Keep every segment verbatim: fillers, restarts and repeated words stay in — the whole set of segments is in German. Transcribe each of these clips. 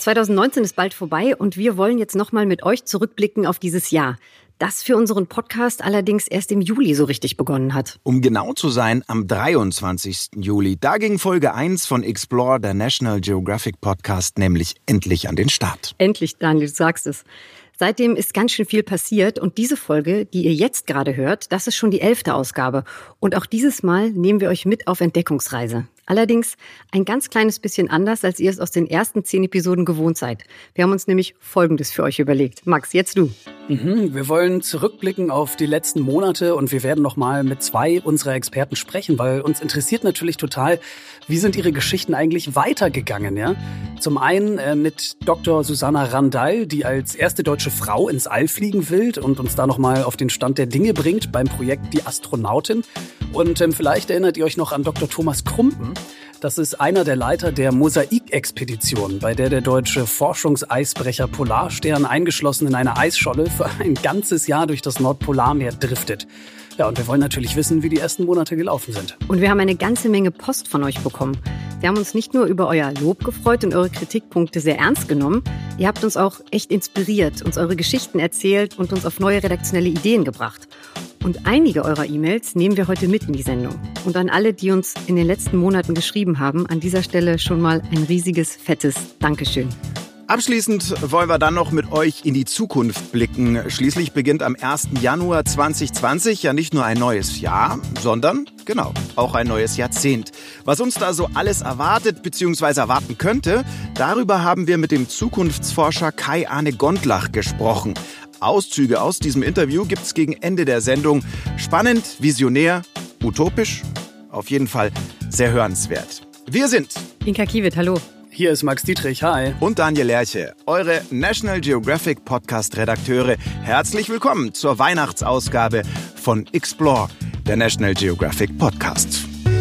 zwanzig neunzehn ist bald vorbei und wir wollen jetzt nochmal mit euch zurückblicken auf dieses Jahr, das für unseren Podcast allerdings erst im Juli so richtig begonnen hat. Um genau zu sein, am dreiundzwanzigsten Juli. Da ging Folge eins von Explore, der National Geographic Podcast, nämlich endlich an den Start. Endlich, Daniel, du sagst es. Seitdem ist ganz schön viel passiert und diese Folge, die ihr jetzt gerade hört, das ist schon die elfte Ausgabe. Und auch dieses Mal nehmen wir euch mit auf Entdeckungsreise. Allerdings ein ganz kleines bisschen anders, als ihr es aus den ersten zehn Episoden gewohnt seid. Wir haben uns nämlich Folgendes für euch überlegt. Max, jetzt du. Mhm, wir wollen zurückblicken auf die letzten Monate und wir werden nochmal mit zwei unserer Experten sprechen, weil uns interessiert natürlich total, wie sind ihre Geschichten eigentlich weitergegangen, ja? Zum einen äh, mit Doktor Susanna Randall, die als erste deutsche Frau ins All fliegen will und uns da nochmal auf den Stand der Dinge bringt beim Projekt Die Astronautin. Und ähm, vielleicht erinnert ihr euch noch an Doktor Thomas Krumpen. Das ist einer der Leiter der Mosaik-Expedition, bei der der deutsche Forschungseisbrecher Polarstern eingeschlossen in einer Eisscholle für ein ganzes Jahr durch das Nordpolarmeer driftet. Ja, und wir wollen natürlich wissen, wie die ersten Monate gelaufen sind. Und wir haben eine ganze Menge Post von euch bekommen. Wir haben uns nicht nur über euer Lob gefreut und eure Kritikpunkte sehr ernst genommen, ihr habt uns auch echt inspiriert, uns eure Geschichten erzählt und uns auf neue redaktionelle Ideen gebracht. Und einige eurer E-Mails nehmen wir heute mit in die Sendung. Und an alle, die uns in den letzten Monaten geschrieben haben, an dieser Stelle schon mal ein riesiges, fettes Dankeschön. Abschließend wollen wir dann noch mit euch in die Zukunft blicken. Schließlich beginnt am ersten Januar zweitausendzwanzig ja nicht nur ein neues Jahr, sondern, genau, auch ein neues Jahrzehnt. Was uns da so alles erwartet bzw. erwarten könnte, darüber haben wir mit dem Zukunftsforscher Kai-Arne Gondlach gesprochen. Auszüge aus diesem Interview gibt's gegen Ende der Sendung. Spannend, visionär, utopisch, auf jeden Fall sehr hörenswert. Wir sind Inka Kiewit, hallo. Hier ist Max Dietrich, hi. Und Daniel Lerche, eure National Geographic Podcast-Redakteure. Herzlich willkommen zur Weihnachtsausgabe von Explore, der National Geographic Podcast.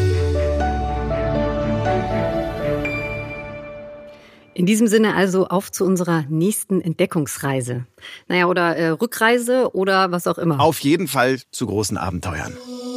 In diesem Sinne also auf zu unserer nächsten Entdeckungsreise. Naja, oder äh, Rückreise oder was auch immer. Auf jeden Fall zu großen Abenteuern.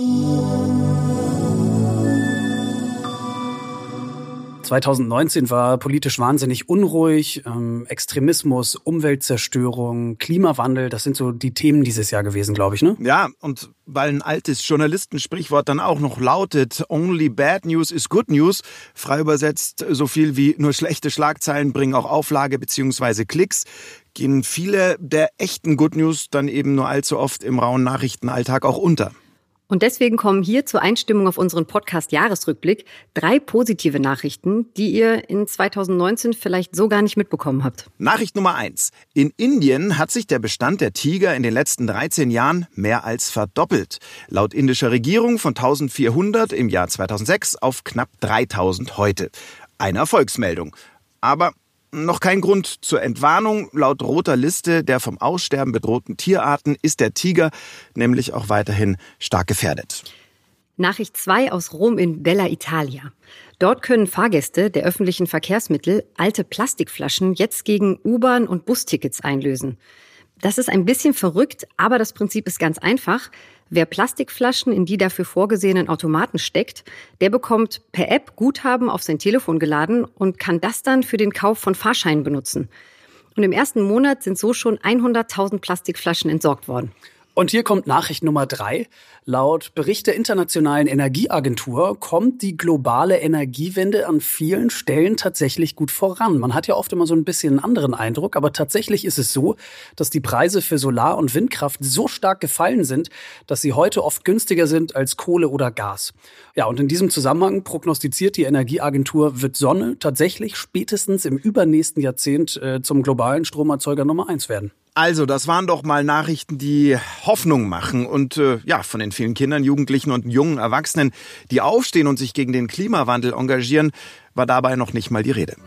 zwanzig neunzehn war politisch wahnsinnig unruhig. Ähm, Extremismus, Umweltzerstörung, Klimawandel, das sind so die Themen dieses Jahr gewesen, glaube ich, ne? Ja, und weil ein altes Journalistensprichwort dann auch noch lautet, only bad news is good news, frei übersetzt so viel wie nur schlechte Schlagzeilen bringen auch Auflage bzw. Klicks, gehen viele der echten Good News dann eben nur allzu oft im rauen Nachrichtenalltag auch unter. Und deswegen kommen hier zur Einstimmung auf unseren Podcast-Jahresrückblick drei positive Nachrichten, die ihr in zwanzig neunzehn vielleicht so gar nicht mitbekommen habt. Nachricht Nummer eins. In Indien hat sich der Bestand der Tiger in den letzten dreizehn Jahren mehr als verdoppelt. Laut indischer Regierung von eintausendvierhundert im Jahr zweitausendsechs auf knapp dreitausend heute. Eine Erfolgsmeldung. Aber noch kein Grund zur Entwarnung. Laut roter Liste der vom Aussterben bedrohten Tierarten ist der Tiger nämlich auch weiterhin stark gefährdet. Nachricht zwei aus Rom in Bella Italia. Dort können Fahrgäste der öffentlichen Verkehrsmittel alte Plastikflaschen jetzt gegen U-Bahn- und Bustickets einlösen. Das ist ein bisschen verrückt, aber das Prinzip ist ganz einfach. Wer Plastikflaschen in die dafür vorgesehenen Automaten steckt, der bekommt per App Guthaben auf sein Telefon geladen und kann das dann für den Kauf von Fahrscheinen benutzen. Und im ersten Monat sind so schon hunderttausend Plastikflaschen entsorgt worden. Und hier kommt Nachricht Nummer drei. Laut Bericht der Internationalen Energieagentur kommt die globale Energiewende an vielen Stellen tatsächlich gut voran. Man hat ja oft immer so ein bisschen einen anderen Eindruck, aber tatsächlich ist es so, dass die Preise für Solar- und Windkraft so stark gefallen sind, dass sie heute oft günstiger sind als Kohle oder Gas. Ja, und in diesem Zusammenhang prognostiziert die Energieagentur, wird Sonne tatsächlich spätestens im übernächsten Jahrzehnt äh, zum globalen Stromerzeuger Nummer eins werden. Also, das waren doch mal Nachrichten, die Hoffnung machen und äh, ja, von den vielen Kindern, Jugendlichen und jungen Erwachsenen, die aufstehen und sich gegen den Klimawandel engagieren, war dabei noch nicht mal die Rede.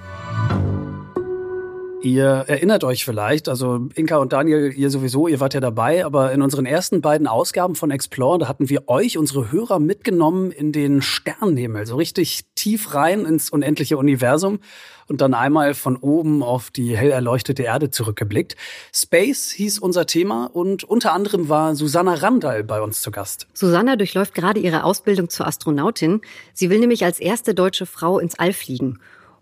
Ihr erinnert euch vielleicht, also Inka und Daniel, ihr sowieso, ihr wart ja dabei, aber in unseren ersten beiden Ausgaben von Explore, da hatten wir euch, unsere Hörer, mitgenommen in den Sternenhimmel, so richtig tief rein ins unendliche Universum und dann einmal von oben auf die hell erleuchtete Erde zurückgeblickt. Space hieß unser Thema und unter anderem war Susanna Randall bei uns zu Gast. Susanna durchläuft gerade ihre Ausbildung zur Astronautin. Sie will nämlich als erste deutsche Frau ins All fliegen.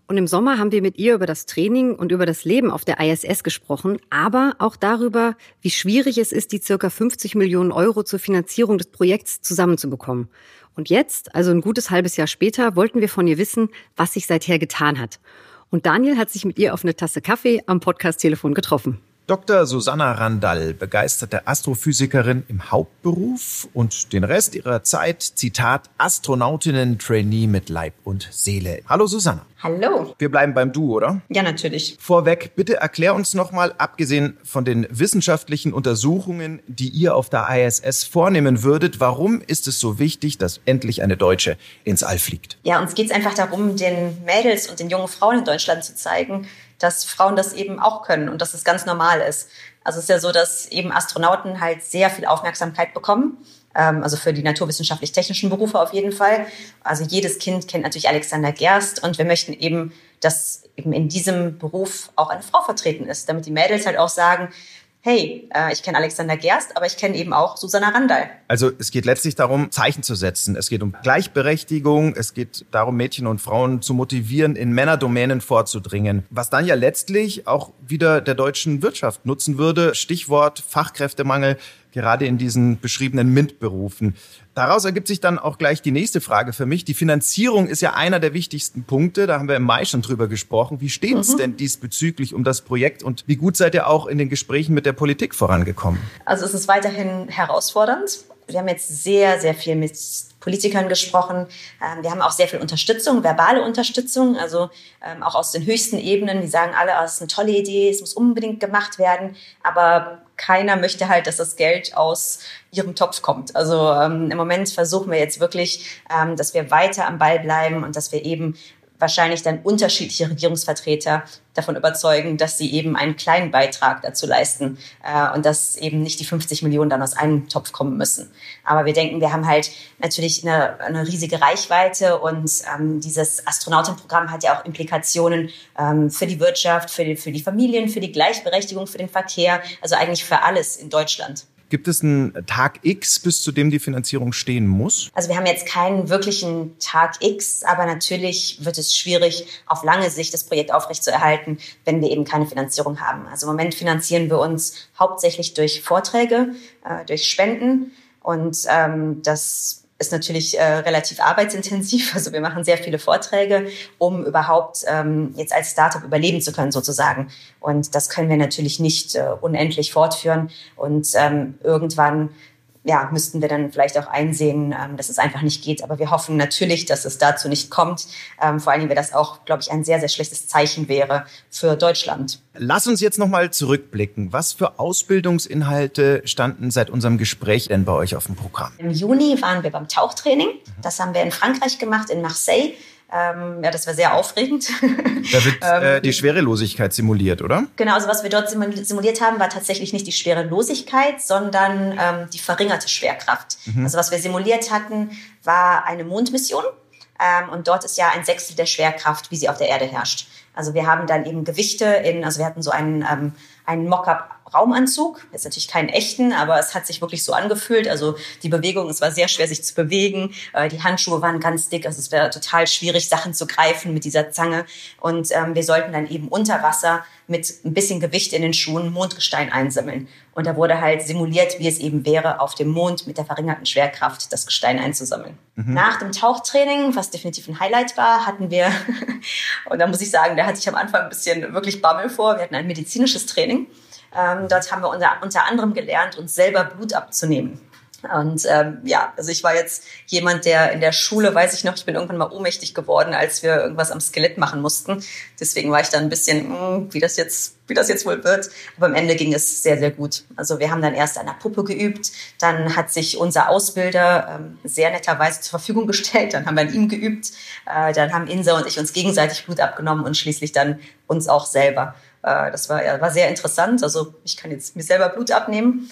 Und im Sommer haben wir mit ihr über das Training und über das Leben auf der I S S gesprochen, aber auch darüber, wie schwierig es ist, die circa fünfzig Millionen Euro zur Finanzierung des Projekts zusammenzubekommen. Und jetzt, also ein gutes halbes Jahr später, wollten wir von ihr wissen, was sich seither getan hat. Und Daniel hat sich mit ihr auf eine Tasse Kaffee am Podcast-Telefon getroffen. Doktor Susanna Randall, begeisterte Astrophysikerin im Hauptberuf und den Rest ihrer Zeit, Zitat, Astronautinnen-Trainee mit Leib und Seele. Hallo Susanna. Hallo. Wir bleiben beim Du, oder? Ja, natürlich. Vorweg, bitte erklär uns nochmal, abgesehen von den wissenschaftlichen Untersuchungen, die ihr auf der I S S vornehmen würdet, warum ist es so wichtig, dass endlich eine Deutsche ins All fliegt? Ja, uns geht es einfach darum, den Mädels und den jungen Frauen in Deutschland zu zeigen, dass Frauen das eben auch können und dass es ganz normal ist. Also es ist ja so, dass eben Astronauten halt sehr viel Aufmerksamkeit bekommen. Ähm, also für die naturwissenschaftlich-technischen Berufe auf jeden Fall. Also jedes Kind kennt natürlich Alexander Gerst und wir möchten eben, dass eben in diesem Beruf auch eine Frau vertreten ist, damit die Mädels halt auch sagen, hey, äh, ich kenne Alexander Gerst, aber ich kenne eben auch Susanna Randall. Also es geht letztlich darum, Zeichen zu setzen. Es geht um Gleichberechtigung. Es geht darum, Mädchen und Frauen zu motivieren, in Männerdomänen vorzudringen. Was dann ja letztlich auch wieder der deutschen Wirtschaft nutzen würde. Stichwort Fachkräftemangel, gerade in diesen beschriebenen MINT-Berufen. Daraus ergibt sich dann auch gleich die nächste Frage für mich. Die Finanzierung ist ja einer der wichtigsten Punkte. Da haben wir im Mai schon drüber gesprochen. Wie steht es mhm. denn diesbezüglich um das Projekt und wie gut seid ihr auch in den Gesprächen mit der Politik vorangekommen? Also es ist weiterhin herausfordernd. Wir haben jetzt sehr, sehr viel mit Politikern gesprochen. Wir haben auch sehr viel Unterstützung, verbale Unterstützung, also auch aus den höchsten Ebenen. Die sagen alle, es ist eine tolle Idee, es muss unbedingt gemacht werden. Aber keiner möchte halt, dass das Geld aus ihrem Topf kommt. Also ähm, im Moment versuchen wir jetzt wirklich, ähm, dass wir weiter am Ball bleiben und dass wir eben wahrscheinlich dann unterschiedliche Regierungsvertreter davon überzeugen, dass sie eben einen kleinen Beitrag dazu leisten äh, und dass eben nicht die fünfzig Millionen dann aus einem Topf kommen müssen. Aber wir denken, wir haben halt natürlich eine, eine riesige Reichweite und ähm, dieses Astronautenprogramm hat ja auch Implikationen ähm, für die Wirtschaft, für die, für die Familien, für die Gleichberechtigung, für den Verkehr, also eigentlich für alles in Deutschland. Gibt es einen Tag X, bis zu dem die Finanzierung stehen muss? Also wir haben jetzt keinen wirklichen Tag X, aber natürlich wird es schwierig, auf lange Sicht das Projekt aufrechtzuerhalten, wenn wir eben keine Finanzierung haben. Also im Moment finanzieren wir uns hauptsächlich durch Vorträge, äh, durch Spenden und ähm, das ist natürlich äh, relativ arbeitsintensiv. Also wir machen sehr viele Vorträge, um überhaupt ähm, jetzt als Startup überleben zu können sozusagen. Und das können wir natürlich nicht äh, unendlich fortführen. Und ähm, irgendwann ja, müssten wir dann vielleicht auch einsehen, ähm, dass es einfach nicht geht. Aber wir hoffen natürlich, dass es dazu nicht kommt. Ähm, vor allem, weil das auch, glaube ich, ein sehr, sehr schlechtes Zeichen wäre für Deutschland. Lass uns jetzt nochmal zurückblicken. Was für Ausbildungsinhalte standen seit unserem Gespräch denn bei euch auf dem Programm? Im Juni waren wir beim Tauchtraining. Das haben wir in Frankreich gemacht, in Marseille. Ähm, ja, das war sehr aufregend. Da wird äh, die Schwerelosigkeit simuliert, oder? Genau, also was wir dort simuliert haben, war tatsächlich nicht die Schwerelosigkeit, sondern ähm, die verringerte Schwerkraft. Mhm. Also was wir simuliert hatten, war eine Mondmission. Ähm, und dort ist ja ein Sechstel der Schwerkraft, wie sie auf der Erde herrscht. Also wir haben dann eben Gewichte in, also wir hatten so einen, ähm, einen Mock-up-Raumanzug. Jetzt natürlich keinen echten, aber es hat sich wirklich so angefühlt. Also die Bewegung, es war sehr schwer, sich zu bewegen. Äh, die Handschuhe waren ganz dick. Also es wäre total schwierig, Sachen zu greifen mit dieser Zange. Und ähm, wir sollten dann eben unter Wasser mit ein bisschen Gewicht in den Schuhen Mondgestein einsammeln. Und da wurde halt simuliert, wie es eben wäre, auf dem Mond mit der verringerten Schwerkraft das Gestein einzusammeln. Mhm. Nach dem Tauchtraining, was definitiv ein Highlight war, hatten wir, und da muss ich sagen, da hatte ich am Anfang ein bisschen wirklich Bammel vor, wir hatten ein medizinisches Training. Ähm, dort haben wir unter, unter anderem gelernt, uns selber Blut abzunehmen. Und ähm, ja, also ich war jetzt jemand, der in der Schule, weiß ich noch, ich bin irgendwann mal ohnmächtig geworden, als wir irgendwas am Skelett machen mussten. Deswegen war ich dann ein bisschen, mh, wie das jetzt, wie das jetzt wohl wird. Aber am Ende ging es sehr, sehr gut. Also wir haben dann erst an der Puppe geübt, dann hat sich unser Ausbilder ähm, sehr netterweise zur Verfügung gestellt, dann haben wir an ihm geübt, äh, dann haben Insa und ich uns gegenseitig Blut abgenommen und schließlich dann uns auch selber. Äh, das war, ja, war sehr interessant. Also ich kann jetzt mir selber Blut abnehmen.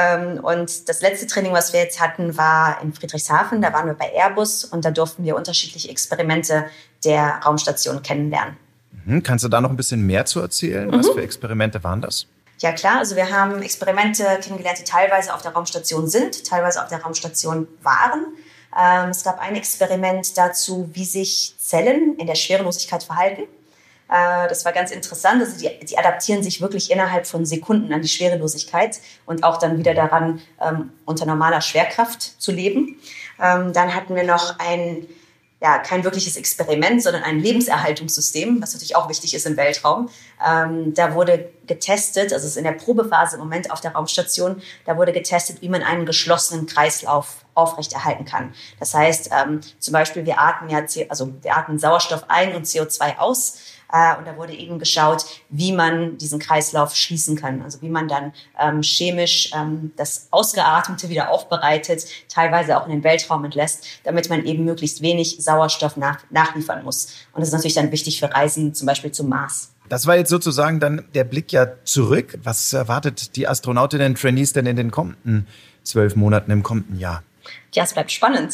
Und das letzte Training, was wir jetzt hatten, war in Friedrichshafen. Da waren wir bei Airbus und da durften wir unterschiedliche Experimente der Raumstation kennenlernen. Mhm. Kannst du da noch ein bisschen mehr zu erzählen? Mhm. Was für Experimente waren das? Ja klar, also wir haben Experimente kennengelernt, die teilweise auf der Raumstation sind, teilweise auf der Raumstation waren. Ähm, es gab ein Experiment dazu, wie sich Zellen in der Schwerelosigkeit verhalten. Das war ganz interessant. Also die, die adaptieren sich wirklich innerhalb von Sekunden an die Schwerelosigkeit und auch dann wieder daran, ähm, unter normaler Schwerkraft zu leben. Ähm, dann hatten wir noch ein, ja, kein wirkliches Experiment, sondern ein Lebenserhaltungssystem, was natürlich auch wichtig ist im Weltraum. Ähm, da wurde getestet, also es ist in der Probephase im Moment auf der Raumstation, da wurde getestet, wie man einen geschlossenen Kreislauf aufrechterhalten kann. Das heißt, ähm, zum Beispiel wir atmen ja, also wir atmen Sauerstoff ein und C O zwei aus. Und da wurde eben geschaut, wie man diesen Kreislauf schließen kann. Also wie man dann ähm, chemisch ähm, das Ausgeatmete wieder aufbereitet, teilweise auch in den Weltraum entlässt, damit man eben möglichst wenig Sauerstoff nach, nachliefern muss. Und das ist natürlich dann wichtig für Reisen, zum Beispiel zum Mars. Das war jetzt sozusagen dann der Blick ja zurück. Was erwartet die Astronautinnen und Trainees denn in den kommenden zwölf Monaten, im kommenden Jahr? Ja, es bleibt spannend.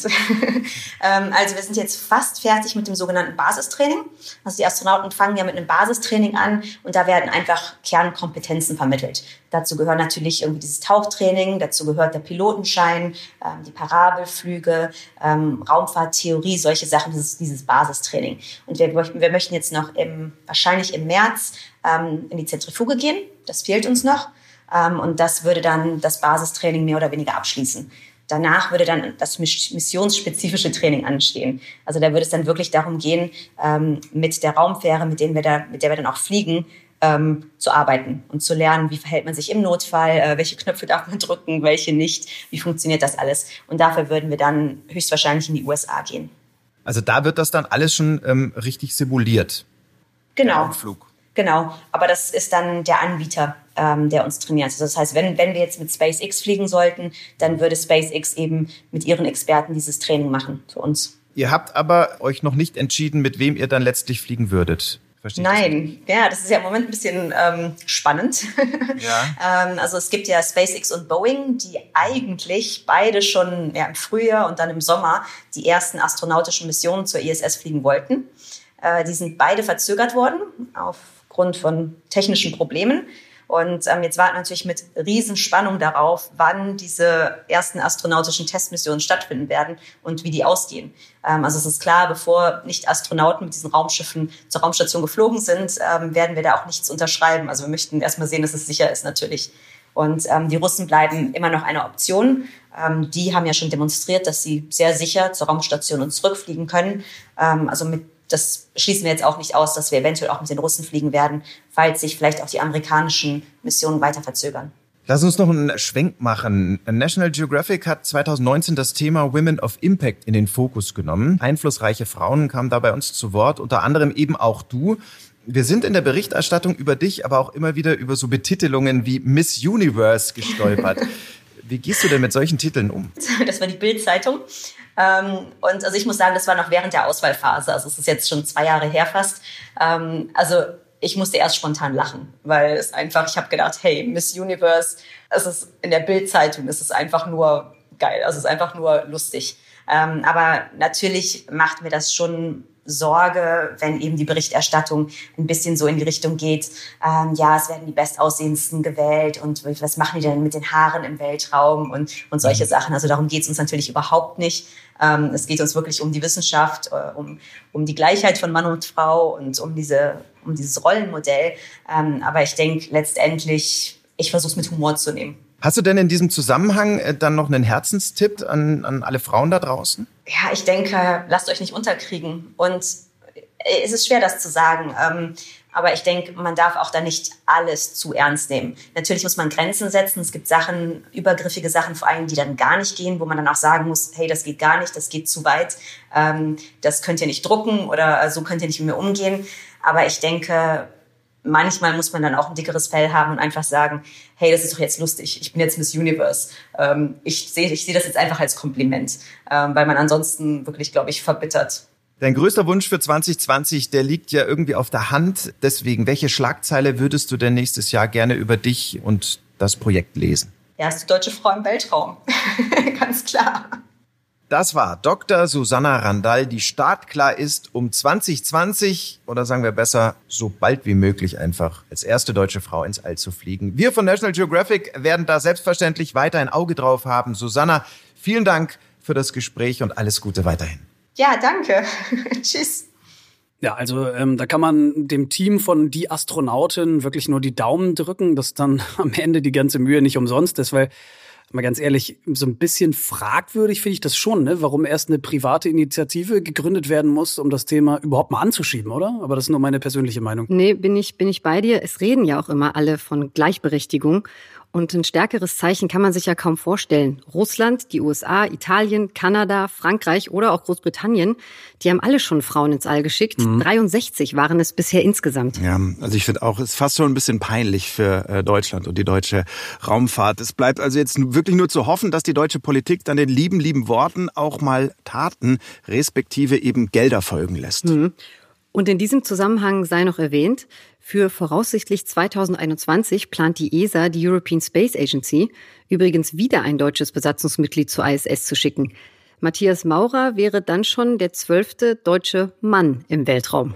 Also wir sind jetzt fast fertig mit dem sogenannten Basistraining. Also die Astronauten fangen ja mit einem Basistraining an und da werden einfach Kernkompetenzen vermittelt. Dazu gehört natürlich irgendwie dieses Tauchtraining, dazu gehört der Pilotenschein, die Parabelflüge, Raumfahrttheorie, solche Sachen, das ist dieses Basistraining. Und wir, wir möchten jetzt noch im, wahrscheinlich im März in die Zentrifuge gehen. Das fehlt uns noch. Und das würde dann das Basistraining mehr oder weniger abschließen. Danach würde dann das missionsspezifische Training anstehen. Also da würde es dann wirklich darum gehen, ähm, mit der Raumfähre, mit, denen wir da, mit der wir dann auch fliegen, ähm, zu arbeiten und zu lernen, wie verhält man sich im Notfall, äh, welche Knöpfe darf man drücken, welche nicht, wie funktioniert das alles. Und dafür würden wir dann höchstwahrscheinlich in die U S A gehen. Also da wird das dann alles schon ähm, richtig simuliert? Genau. Der Flug. Genau, aber das ist dann der Anbieter, ähm, der uns trainiert. Also das heißt, wenn, wenn wir jetzt mit SpaceX fliegen sollten, dann würde SpaceX eben mit ihren Experten dieses Training machen für uns. Ihr habt aber euch noch nicht entschieden, mit wem ihr dann letztlich fliegen würdet. Versteht Nein, das? Ja, das ist ja im Moment ein bisschen ähm, spannend. Ja. ähm, also es gibt ja SpaceX und Boeing, die eigentlich beide schon ja, im Frühjahr und dann im Sommer die ersten astronautischen Missionen zur I S S fliegen wollten. Äh, die sind beide verzögert worden aufgrund von technischen Problemen. Und ähm, jetzt warten wir natürlich mit Riesenspannung darauf, wann diese ersten astronautischen Testmissionen stattfinden werden und wie die ausgehen. Ähm, also es ist klar, bevor Nicht-Astronauten mit diesen Raumschiffen zur Raumstation geflogen sind, ähm, werden wir da auch nichts unterschreiben. Also wir möchten erstmal sehen, dass es sicher ist natürlich. Und ähm, die Russen bleiben immer noch eine Option. Ähm, die haben ja schon demonstriert, dass sie sehr sicher zur Raumstation und zurückfliegen können. Ähm, also mit Das schließen wir jetzt auch nicht aus, dass wir eventuell auch mit den Russen fliegen werden, falls sich vielleicht auch die amerikanischen Missionen weiter verzögern. Lass uns noch einen Schwenk machen. National Geographic hat zwanzig neunzehn das Thema Women of Impact in den Fokus genommen. Einflussreiche Frauen kamen da bei uns zu Wort, unter anderem eben auch du. Wir sind in der Berichterstattung über dich, aber auch immer wieder über so Betitelungen wie Miss Universe gestolpert. Wie gehst du denn mit solchen Titeln um? Das war die Bild-Zeitung. Ähm, und also ich muss sagen, das war noch während der Auswahlphase. Also es ist jetzt schon zwei Jahre her fast. Ähm, also ich musste erst spontan lachen, weil es einfach, ich habe gedacht, hey, Miss Universe, es ist in der Bild-Zeitung, es ist einfach nur geil, also es ist einfach nur lustig. Ähm, aber natürlich macht mir das schon Sorge, wenn eben die Berichterstattung ein bisschen so in die Richtung geht, ähm, ja, es werden die Bestaussehendsten gewählt und was machen die denn mit den Haaren im Weltraum und, und solche Sachen. Also darum geht es uns natürlich überhaupt nicht. Ähm, es geht uns wirklich um die Wissenschaft, äh, um, um die Gleichheit von Mann und Frau und um diese, um dieses Rollenmodell. Ähm, aber ich denke letztendlich, ich versuche es mit Humor zu nehmen. Hast du denn in diesem Zusammenhang dann noch einen Herzenstipp an, an alle Frauen da draußen? Ja, ich denke, lasst euch nicht unterkriegen. Und es ist schwer, das zu sagen. Ähm, aber ich denke, man darf auch da nicht alles zu ernst nehmen. Natürlich muss man Grenzen setzen. Es gibt Sachen, übergriffige Sachen vor allem, die dann gar nicht gehen, wo man dann auch sagen muss, hey, das geht gar nicht, das geht zu weit. Ähm, das könnt ihr nicht drucken oder so könnt ihr nicht mit mir umgehen. Aber ich denke, manchmal muss man dann auch ein dickeres Fell haben und einfach sagen, hey, das ist doch jetzt lustig, ich bin jetzt Miss Universe. Ähm, ich sehe ich sehe das jetzt einfach als Kompliment, ähm, weil man ansonsten wirklich, glaube ich, verbittert. Dein größter Wunsch für zwanzig zwanzig, der liegt ja irgendwie auf der Hand. Deswegen, welche Schlagzeile würdest du denn nächstes Jahr gerne über dich und das Projekt lesen? Erste deutsche Frau im Weltraum, ganz klar. Das war Doktor Susanna Randall, die startklar ist, um zwanzig zwanzig, oder sagen wir besser, so bald wie möglich einfach als erste deutsche Frau ins All zu fliegen. Wir von National Geographic werden da selbstverständlich weiter ein Auge drauf haben. Susanna, vielen Dank für das Gespräch und alles Gute weiterhin. Ja, danke. Tschüss. Ja, also ähm, da kann man dem Team von Die Astronautin wirklich nur die Daumen drücken, dass dann am Ende die ganze Mühe nicht umsonst ist, weil, mal ganz ehrlich, so ein bisschen fragwürdig finde ich das schon, ne? Warum erst eine private Initiative gegründet werden muss, um das Thema überhaupt mal anzuschieben, oder? Aber das ist nur meine persönliche Meinung. Nee, bin ich, bin ich bei dir. Es reden ja auch immer alle von Gleichberechtigung. Und ein stärkeres Zeichen kann man sich ja kaum vorstellen. Russland, die U S A, Italien, Kanada, Frankreich oder auch Großbritannien, die haben alle schon Frauen ins All geschickt. Mhm. dreiundsechzig waren es bisher insgesamt. Ja, also ich finde auch, es ist fast schon ein bisschen peinlich für äh, Deutschland und die deutsche Raumfahrt. Es bleibt also jetzt wirklich nur zu hoffen, dass die deutsche Politik dann den lieben, lieben Worten auch mal Taten, respektive eben Gelder folgen lässt. Mhm. Und in diesem Zusammenhang sei noch erwähnt, für voraussichtlich zweitausendeinundzwanzig plant die E S A, die European Space Agency, übrigens wieder ein deutsches Besatzungsmitglied zur I S S zu schicken. Matthias Maurer wäre dann schon der zwölfte deutsche Mann im Weltraum.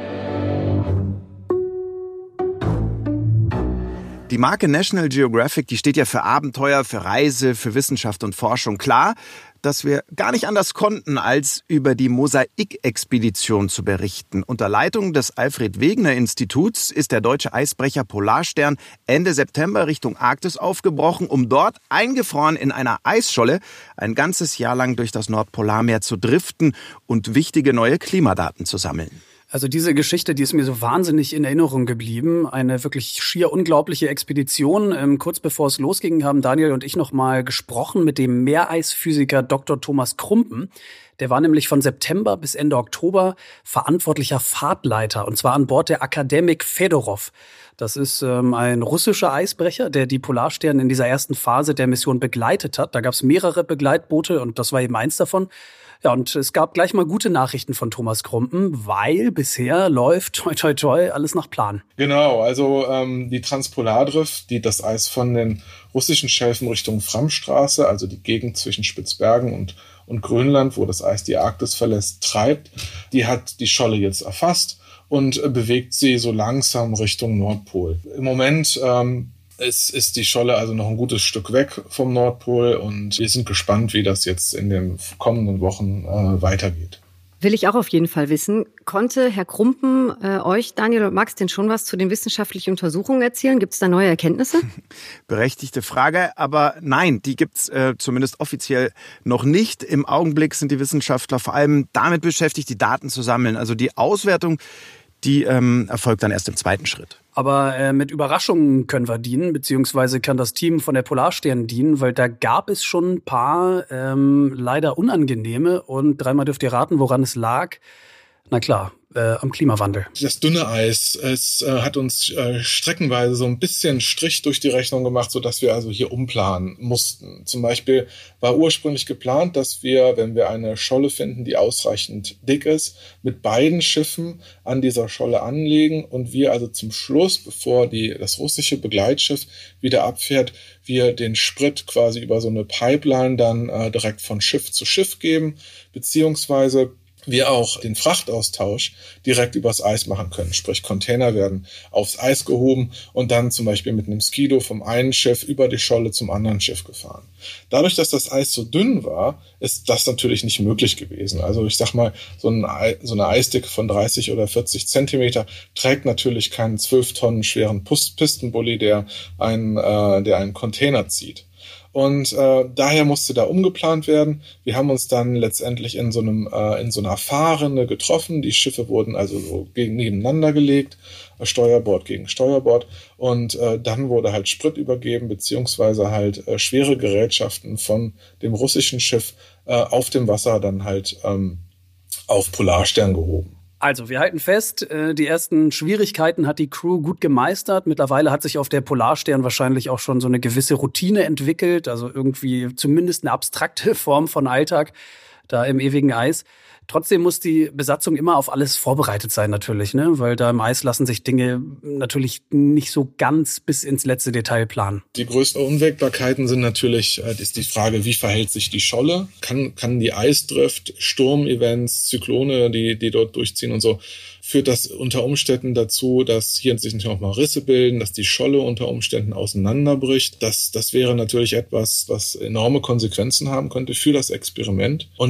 Die Marke National Geographic, die steht ja für Abenteuer, für Reise, für Wissenschaft und Forschung. Klar, dass wir gar nicht anders konnten, als über die Mosaik-Expedition zu berichten. Unter Leitung des Alfred-Wegener-Instituts ist der deutsche Eisbrecher Polarstern Ende September Richtung Arktis aufgebrochen, um dort eingefroren in einer Eisscholle ein ganzes Jahr lang durch das Nordpolarmeer zu driften und wichtige neue Klimadaten zu sammeln. Also diese Geschichte, die ist mir so wahnsinnig in Erinnerung geblieben. Eine wirklich schier unglaubliche Expedition. Ähm, kurz bevor es losging, haben Daniel und ich noch mal gesprochen mit dem Meereisphysiker Doktor Thomas Krumpen. Der war nämlich von September bis Ende Oktober verantwortlicher Fahrtleiter, und zwar an Bord der Akademik Fedorow. Das ist ähm, ein russischer Eisbrecher, der die Polarstern in dieser ersten Phase der Mission begleitet hat. Da gab es mehrere Begleitboote und das war eben eins davon. Ja, und es gab gleich mal gute Nachrichten von Thomas Krumpen, weil bisher läuft, toi toi toi, alles nach Plan. Genau, also ähm, die Transpolardrift, die das Eis von den russischen Schelfen Richtung Framstraße, also die Gegend zwischen Spitzbergen und, und Grönland, wo das Eis die Arktis verlässt, treibt, die hat die Scholle jetzt erfasst und äh, bewegt sie so langsam Richtung Nordpol. Im Moment ähm, Es ist die Scholle also noch ein gutes Stück weg vom Nordpol und wir sind gespannt, wie das jetzt in den kommenden Wochen äh, weitergeht. Will ich auch auf jeden Fall wissen. Konnte Herr Krumpen äh, euch, Daniel und Max, denn schon was zu den wissenschaftlichen Untersuchungen erzählen? Gibt es da neue Erkenntnisse? Berechtigte Frage, aber nein, die gibt's äh, zumindest offiziell noch nicht. Im Augenblick sind die Wissenschaftler vor allem damit beschäftigt, die Daten zu sammeln. Also die Auswertung, die ähm, erfolgt dann erst im zweiten Schritt. Aber äh, mit Überraschungen können wir dienen, beziehungsweise kann das Team von der Polarstern dienen, weil da gab es schon ein paar ähm, leider unangenehme, und dreimal dürft ihr raten, woran es lag. Na klar, äh, am Klimawandel. Das dünne Eis, es äh, hat uns äh, streckenweise so ein bisschen Strich durch die Rechnung gemacht, sodass wir also hier umplanen mussten. Zum Beispiel war ursprünglich geplant, dass wir, wenn wir eine Scholle finden, die ausreichend dick ist, mit beiden Schiffen an dieser Scholle anlegen und wir also zum Schluss, bevor die, das russische Begleitschiff wieder abfährt, wir den Sprit quasi über so eine Pipeline dann äh, direkt von Schiff zu Schiff geben, beziehungsweise wir auch den Frachtaustausch direkt übers Eis machen können. Sprich, Container werden aufs Eis gehoben und dann zum Beispiel mit einem Skido vom einen Schiff über die Scholle zum anderen Schiff gefahren. Dadurch, dass das Eis so dünn war, ist das natürlich nicht möglich gewesen. Also ich sag mal, so, ein, so eine Eisdicke von dreißig oder vierzig Zentimeter trägt natürlich keinen zwölf Tonnen schweren Pistenbully, der einen, äh, der einen Container zieht. Und äh, daher musste da umgeplant werden. Wir haben uns dann letztendlich in so einem äh, in so einer Fahrrinne getroffen. Die Schiffe wurden also so gegen, nebeneinander gelegt, äh, Steuerbord gegen Steuerbord. Und äh, dann wurde halt Sprit übergeben, beziehungsweise halt äh, schwere Gerätschaften von dem russischen Schiff äh, auf dem Wasser dann halt ähm, auf Polarstern gehoben. Also, wir halten fest, die ersten Schwierigkeiten hat die Crew gut gemeistert. Mittlerweile hat sich auf der Polarstern wahrscheinlich auch schon so eine gewisse Routine entwickelt, also irgendwie zumindest eine abstrakte Form von Alltag da im ewigen Eis. Trotzdem muss die Besatzung immer auf alles vorbereitet sein natürlich, ne? Weil da im Eis lassen sich Dinge natürlich nicht so ganz bis ins letzte Detail planen. Die größten Unwägbarkeiten sind natürlich, äh, ist die Frage, wie verhält sich die Scholle? Kann, kann die Eisdrift, Sturmevents, Zyklone, die, die dort durchziehen und so, führt das unter Umständen dazu, dass hier sich noch mal Risse bilden, dass die Scholle unter Umständen auseinanderbricht. Das, das wäre natürlich etwas, was enorme Konsequenzen haben könnte für das Experiment. Und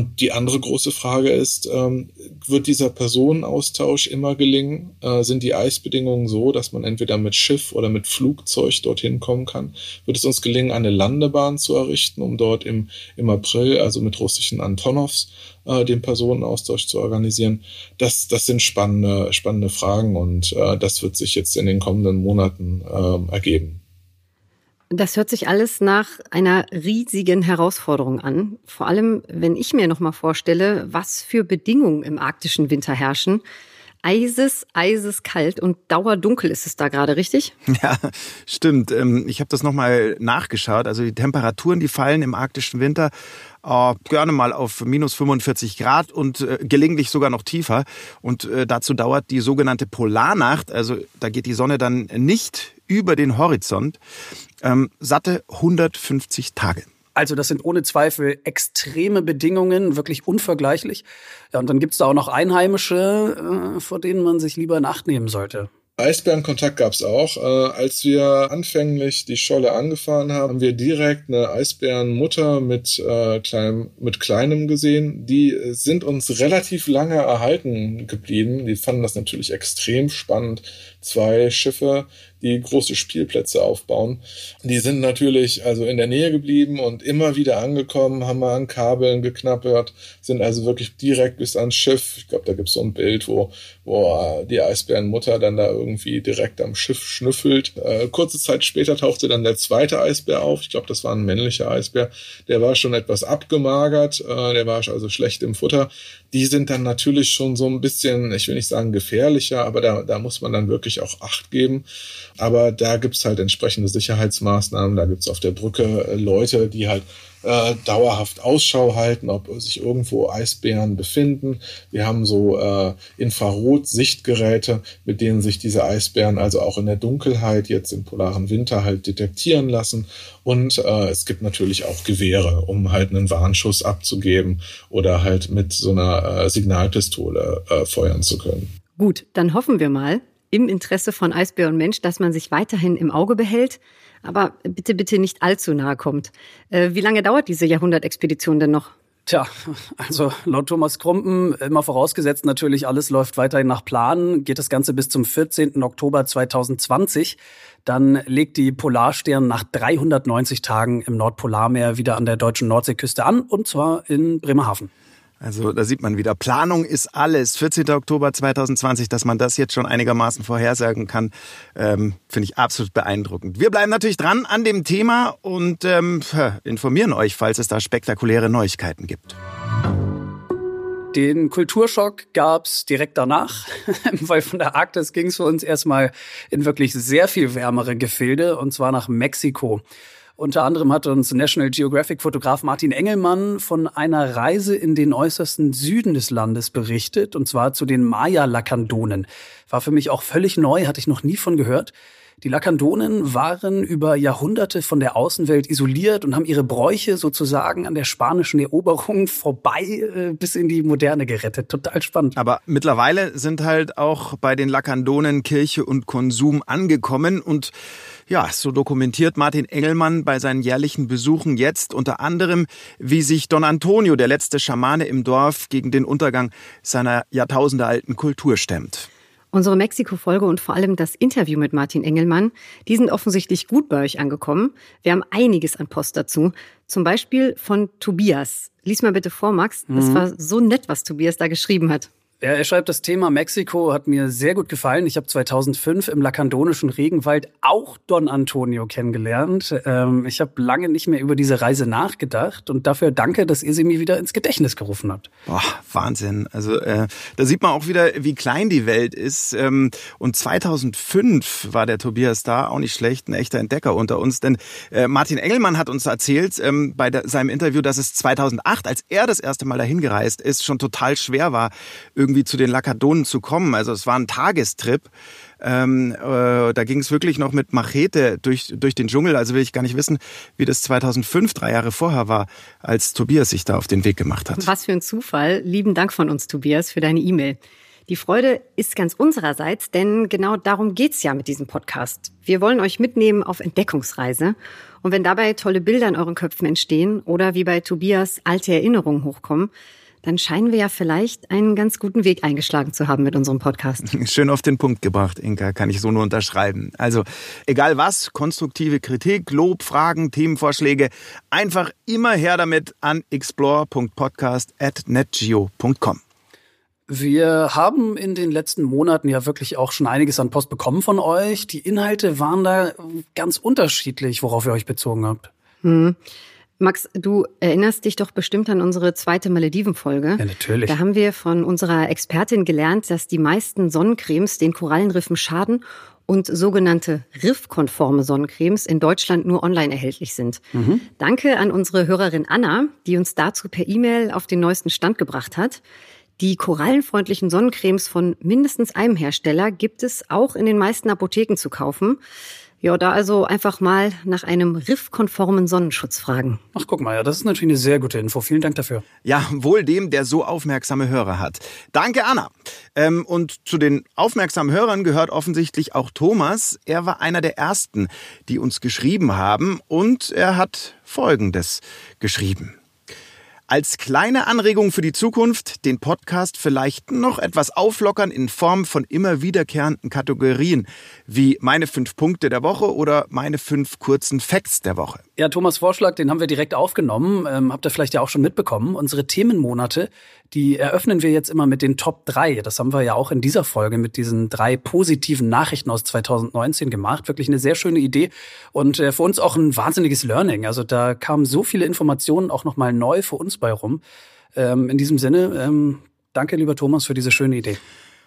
Und die andere große Frage ist, ähm, wird dieser Personenaustausch immer gelingen? Äh, sind die Eisbedingungen so, dass man entweder mit Schiff oder mit Flugzeug dorthin kommen kann? Wird es uns gelingen, eine Landebahn zu errichten, um dort im, im April, also mit russischen Antonovs, äh, den Personenaustausch zu organisieren? Das, das sind spannende, spannende Fragen und äh, das wird sich jetzt in den kommenden Monaten äh, ergeben. Das hört sich alles nach einer riesigen Herausforderung an. Vor allem, wenn ich mir noch mal vorstelle, was für Bedingungen im arktischen Winter herrschen. Eises, eiseskalt und dauerdunkel ist es da gerade, richtig? Ja, stimmt. Ich habe das noch mal nachgeschaut. Also die Temperaturen, die fallen im arktischen Winter äh, gerne mal auf minus fünfundvierzig Grad und äh, gelegentlich sogar noch tiefer. Und äh, dazu dauert die sogenannte Polarnacht, also da geht die Sonne dann nicht über den Horizont, ähm, satte hundertfünfzig Tage. Also das sind ohne Zweifel extreme Bedingungen, wirklich unvergleichlich. Ja, und dann gibt's da auch noch Einheimische, äh, vor denen man sich lieber in Acht nehmen sollte. Eisbärenkontakt gab's auch. Äh, als wir anfänglich die Scholle angefahren haben, haben wir direkt eine Eisbärenmutter mit, äh, kleinem, mit Kleinem gesehen. Die sind uns relativ lange erhalten geblieben. Die fanden das natürlich extrem spannend. Zwei Schiffe, die große Spielplätze aufbauen. Die sind natürlich also in der Nähe geblieben und immer wieder angekommen, haben mal an Kabeln geknabbert, sind also wirklich direkt bis ans Schiff. Ich glaube, da gibt's so ein Bild, wo, wo die Eisbärenmutter dann da irgendwie direkt am Schiff schnüffelt. Äh, kurze Zeit später tauchte dann der zweite Eisbär auf. Ich glaube, das war ein männlicher Eisbär. Der war schon etwas abgemagert, äh, der war also schlecht im Futter. Die sind dann natürlich schon so ein bisschen, ich will nicht sagen gefährlicher, aber da, da muss man dann wirklich auch Acht geben. Aber da gibt's halt entsprechende Sicherheitsmaßnahmen. Da gibt's auf der Brücke äh, Leute, die halt äh, dauerhaft Ausschau halten, ob sich irgendwo Eisbären befinden. Wir haben so äh, Infrarot-Sichtgeräte, mit denen sich diese Eisbären also auch in der Dunkelheit jetzt im polaren Winter halt detektieren lassen. Und äh, es gibt natürlich auch Gewehre, um halt einen Warnschuss abzugeben oder halt mit so einer äh, Signalpistole äh, feuern zu können. Gut, dann hoffen wir mal, im Interesse von Eisbär und Mensch, dass man sich weiterhin im Auge behält, aber bitte, bitte nicht allzu nahe kommt. Äh, wie lange dauert diese Jahrhundertexpedition denn noch? Tja, also laut Thomas Krumpen, immer vorausgesetzt natürlich, alles läuft weiterhin nach Plan, geht das Ganze bis zum vierzehnten Oktober zweitausendzwanzig. Dann legt die Polarstern nach dreihundertneunzig Tagen im Nordpolarmeer wieder an der deutschen Nordseeküste an, und zwar in Bremerhaven. Also da sieht man wieder, Planung ist alles. vierzehnten Oktober zweitausendzwanzig, dass man das jetzt schon einigermaßen vorhersagen kann, ähm, finde ich absolut beeindruckend. Wir bleiben natürlich dran an dem Thema und ähm, informieren euch, falls es da spektakuläre Neuigkeiten gibt. Den Kulturschock gab's direkt danach, weil von der Arktis ging's für uns erstmal in wirklich sehr viel wärmere Gefilde, und zwar nach Mexiko. Unter anderem hat uns National Geographic-Fotograf Martin Engelmann von einer Reise in den äußersten Süden des Landes berichtet, und zwar zu den Maya-Lakandonen. War für mich auch völlig neu, hatte ich noch nie von gehört. Die Lakandonen waren über Jahrhunderte von der Außenwelt isoliert und haben ihre Bräuche sozusagen an der spanischen Eroberung vorbei äh, bis in die Moderne gerettet. Total spannend. Aber mittlerweile sind halt auch bei den Lakandonen Kirche und Konsum angekommen, und ja, so dokumentiert Martin Engelmann bei seinen jährlichen Besuchen jetzt unter anderem, wie sich Don Antonio, der letzte Schamane im Dorf, gegen den Untergang seiner jahrtausendealten Kultur stemmt. Unsere Mexiko-Folge und vor allem das Interview mit Martin Engelmann, die sind offensichtlich gut bei euch angekommen. Wir haben einiges an Post dazu. Zum Beispiel von Tobias. Lies mal bitte vor, Max. Das mhm. war so nett, was Tobias da geschrieben hat. Ja, er schreibt, das Thema Mexiko hat mir sehr gut gefallen. Ich habe zweitausendfünf im lakandonischen Regenwald auch Don Antonio kennengelernt. Ähm, ich habe lange nicht mehr über diese Reise nachgedacht, und dafür danke, dass ihr sie mir wieder ins Gedächtnis gerufen habt. Boah, Wahnsinn. Also äh, da sieht man auch wieder, wie klein die Welt ist. Ähm, und zweitausendfünf war der Tobias da, auch nicht schlecht, ein echter Entdecker unter uns. Denn äh, Martin Engelmann hat uns erzählt ähm, bei der, seinem Interview, dass es zweitausendacht, als er das erste Mal dahin gereist ist, schon total schwer war, irgendwie zu den Lakandonen zu kommen. Also es war ein Tagestrip. Ähm, äh, da ging es wirklich noch mit Machete durch, durch den Dschungel. Also will ich gar nicht wissen, wie das zweitausendfünf, drei Jahre vorher war, als Tobias sich da auf den Weg gemacht hat. Was für ein Zufall. Lieben Dank von uns, Tobias, für deine E-Mail. Die Freude ist ganz unsererseits, denn genau darum geht's ja mit diesem Podcast. Wir wollen euch mitnehmen auf Entdeckungsreise. Und wenn dabei tolle Bilder in euren Köpfen entstehen oder wie bei Tobias alte Erinnerungen hochkommen, dann scheinen wir ja vielleicht einen ganz guten Weg eingeschlagen zu haben mit unserem Podcast. Schön auf den Punkt gebracht, Inka, kann ich so nur unterschreiben. Also, egal was, konstruktive Kritik, Lob, Fragen, Themenvorschläge, einfach immer her damit an explore punkt podcast at netgeo punkt com. Wir haben in den letzten Monaten ja wirklich auch schon einiges an Post bekommen von euch. Die Inhalte waren da ganz unterschiedlich, worauf ihr euch bezogen habt. Hm. Max, du erinnerst dich doch bestimmt an unsere zweite Malediven-Folge. Ja, natürlich. Da haben wir von unserer Expertin gelernt, dass die meisten Sonnencremes den Korallenriffen schaden und sogenannte riffkonforme Sonnencremes in Deutschland nur online erhältlich sind. Mhm. Danke an unsere Hörerin Anna, die uns dazu per E-Mail auf den neuesten Stand gebracht hat. Die korallenfreundlichen Sonnencremes von mindestens einem Hersteller gibt es auch in den meisten Apotheken zu kaufen. Ja, da also einfach mal nach einem riffkonformen Sonnenschutz fragen. Ach, guck mal, ja, das ist natürlich eine sehr gute Info. Vielen Dank dafür. Ja, wohl dem, der so aufmerksame Hörer hat. Danke, Anna. Ähm, und zu den aufmerksamen Hörern gehört offensichtlich auch Thomas. Er war einer der Ersten, die uns geschrieben haben. Und er hat Folgendes geschrieben. Als kleine Anregung für die Zukunft, den Podcast vielleicht noch etwas auflockern in Form von immer wiederkehrenden Kategorien, wie meine fünf Punkte der Woche oder meine fünf kurzen Facts der Woche. Ja, Thomas' Vorschlag, den haben wir direkt aufgenommen. Ähm, habt ihr vielleicht ja auch schon mitbekommen. Unsere Themenmonate, die eröffnen wir jetzt immer mit den Top drei. Das haben wir ja auch in dieser Folge mit diesen drei positiven Nachrichten aus zwanzig neunzehn gemacht. Wirklich eine sehr schöne Idee und äh, für uns auch ein wahnsinniges Learning. Also da kamen so viele Informationen auch nochmal neu für uns bei rum. Ähm, in diesem Sinne, ähm, danke, lieber Thomas, für diese schöne Idee.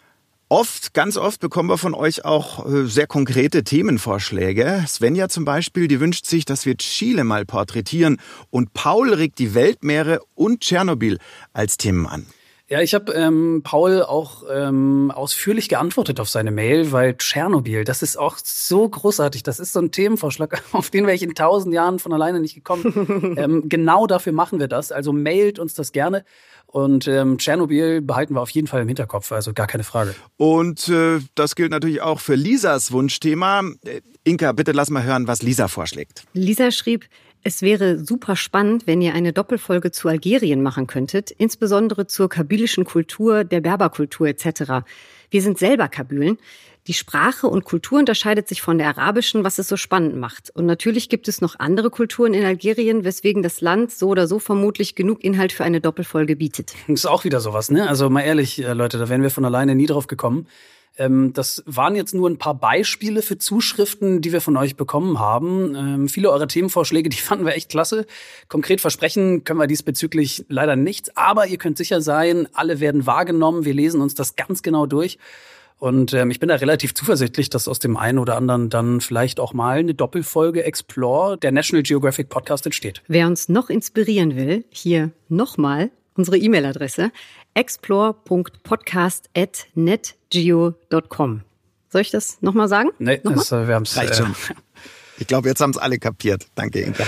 Oft, ganz oft bekommen wir von euch auch sehr konkrete Themenvorschläge. Svenja zum Beispiel, die wünscht sich, dass wir Chile mal porträtieren. Und Paul regt die Weltmeere und Tschernobyl als Themen an. Ja, ich habe ähm, Paul auch ähm, ausführlich geantwortet auf seine Mail, weil Tschernobyl, das ist auch so großartig. Das ist so ein Themenvorschlag, auf den wäre ich in tausend Jahren von alleine nicht gekommen. ähm, genau dafür machen wir das. Also mailt uns das gerne. Und ähm, Tschernobyl behalten wir auf jeden Fall im Hinterkopf, also gar keine Frage. Und äh, das gilt natürlich auch für Lisas Wunschthema. Äh, Inka, bitte lass mal hören, was Lisa vorschlägt. Lisa schrieb, es wäre super spannend, wenn ihr eine Doppelfolge zu Algerien machen könntet, insbesondere zur kabylischen Kultur, der Berberkultur et cetera. Wir sind selber Kabylen. Die Sprache und Kultur unterscheidet sich von der arabischen, was es so spannend macht. Und natürlich gibt es noch andere Kulturen in Algerien, weswegen das Land so oder so vermutlich genug Inhalt für eine Doppelfolge bietet. Das ist auch wieder sowas, ne? Also mal ehrlich, Leute, da wären wir von alleine nie drauf gekommen. Ähm, das waren jetzt nur ein paar Beispiele für Zuschriften, die wir von euch bekommen haben. Ähm, viele eurer Themenvorschläge, die fanden wir echt klasse. Konkret versprechen können wir diesbezüglich leider nichts, aber ihr könnt sicher sein, alle werden wahrgenommen. Wir lesen uns das ganz genau durch. Und ähm, ich bin da relativ zuversichtlich, dass aus dem einen oder anderen dann vielleicht auch mal eine Doppelfolge Explore, der National Geographic Podcast, entsteht. Wer uns noch inspirieren will, hier nochmal unsere E-Mail-Adresse explore punkt podcast at netgeo punkt com. Soll ich das nochmal sagen? Nee, nochmal? Das, wir haben's, Reicht schon. Äh, ich glaube, jetzt haben es alle kapiert. Danke, Inka.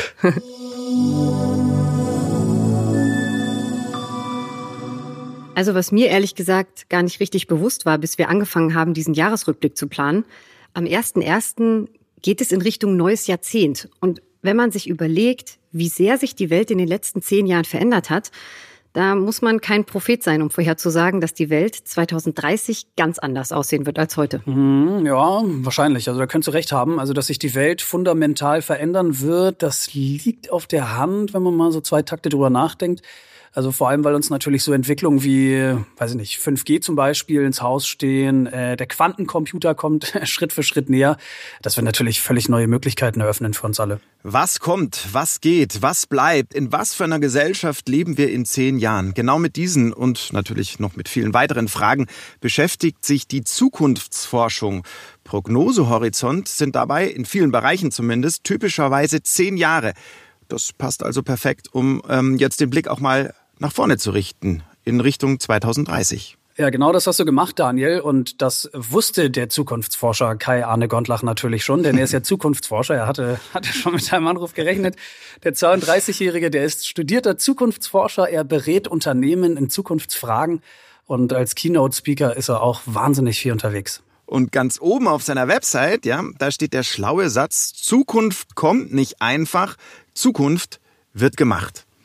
Also was mir ehrlich gesagt gar nicht richtig bewusst war, bis wir angefangen haben, diesen Jahresrückblick zu planen, am ersten ersten geht es in Richtung neues Jahrzehnt. Und wenn man sich überlegt, wie sehr sich die Welt in den letzten zehn Jahren verändert hat, da muss man kein Prophet sein, um vorherzusagen, dass die Welt zwanzig dreißig ganz anders aussehen wird als heute. Mhm, ja, wahrscheinlich. Also da könntest du recht haben. Also dass sich die Welt fundamental verändern wird, das liegt auf der Hand, wenn man mal so zwei Takte drüber nachdenkt. Also vor allem, weil uns natürlich so Entwicklungen wie, weiß ich nicht, fünf G zum Beispiel ins Haus stehen, äh, der Quantencomputer kommt Schritt für Schritt näher. Das wird natürlich völlig neue Möglichkeiten eröffnen für uns alle. Was kommt, was geht, was bleibt, in was für einer Gesellschaft leben wir in zehn Jahren? Genau mit diesen und natürlich noch mit vielen weiteren Fragen beschäftigt sich die Zukunftsforschung. Prognosehorizont sind dabei, in vielen Bereichen zumindest, typischerweise zehn Jahre. Das passt also perfekt, um ähm, jetzt den Blick auch mal nach vorne zu richten, in Richtung zwanzig dreißig. Ja, genau das hast du gemacht, Daniel. Und das wusste der Zukunftsforscher Kai-Arne Gondlach natürlich schon, denn er ist ja Zukunftsforscher. Er hatte, hatte schon mit seinem Anruf gerechnet. Der zweiunddreißigjährige, der ist studierter Zukunftsforscher. Er berät Unternehmen in Zukunftsfragen. Und als Keynote-Speaker ist er auch wahnsinnig viel unterwegs. Und ganz oben auf seiner Website, ja, da steht der schlaue Satz, Zukunft kommt nicht einfach, Zukunft wird gemacht.